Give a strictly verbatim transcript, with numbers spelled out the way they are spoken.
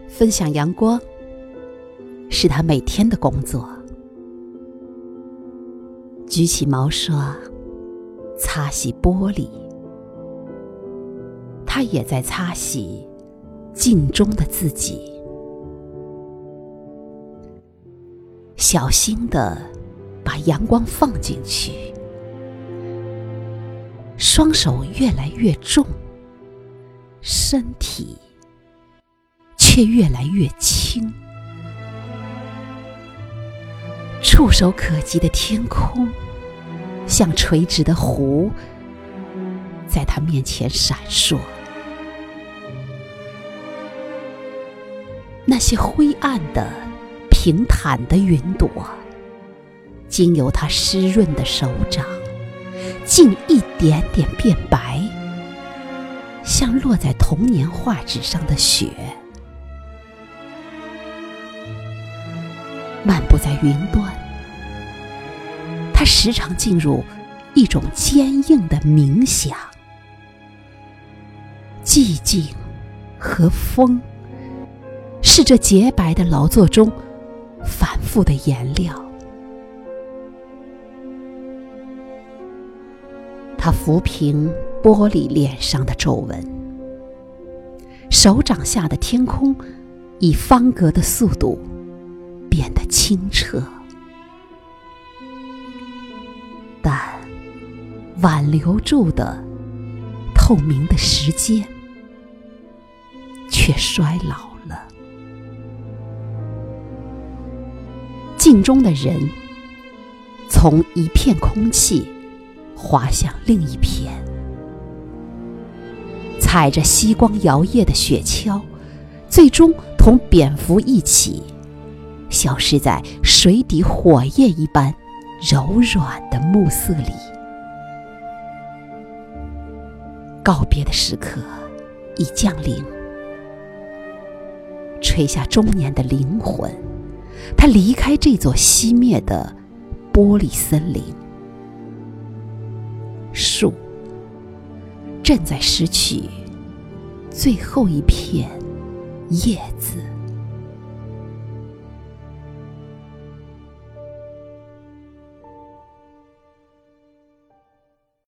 分享阳光是他每天的工作。举起毛刷，擦洗玻璃，他也在擦洗镜中的自己。小心地把阳光放进去，双手越来越重，身体却越来越轻。触手可及的天空像垂直的湖，在他面前闪烁。那些灰暗的平坦的云朵，经由他湿润的手掌，竟一点点变白，像落在童年画纸上的雪。漫步在云端，他时常进入一种坚硬的冥想。寂静和风是这洁白的劳作中反复的颜料。他抚平玻璃脸上的皱纹，手掌下的天空以方格的速度变得清澈，但挽留住的透明的时间却衰老了。镜中的人从一片空气滑向另一片，踩着夕光摇曳的雪橇，最终同蝙蝠一起消失在水底火焰一般柔软的暮色里。告别的时刻已降临，垂下中年的灵魂，他离开这座熄灭的玻璃森林。树正在失去最后一片叶子。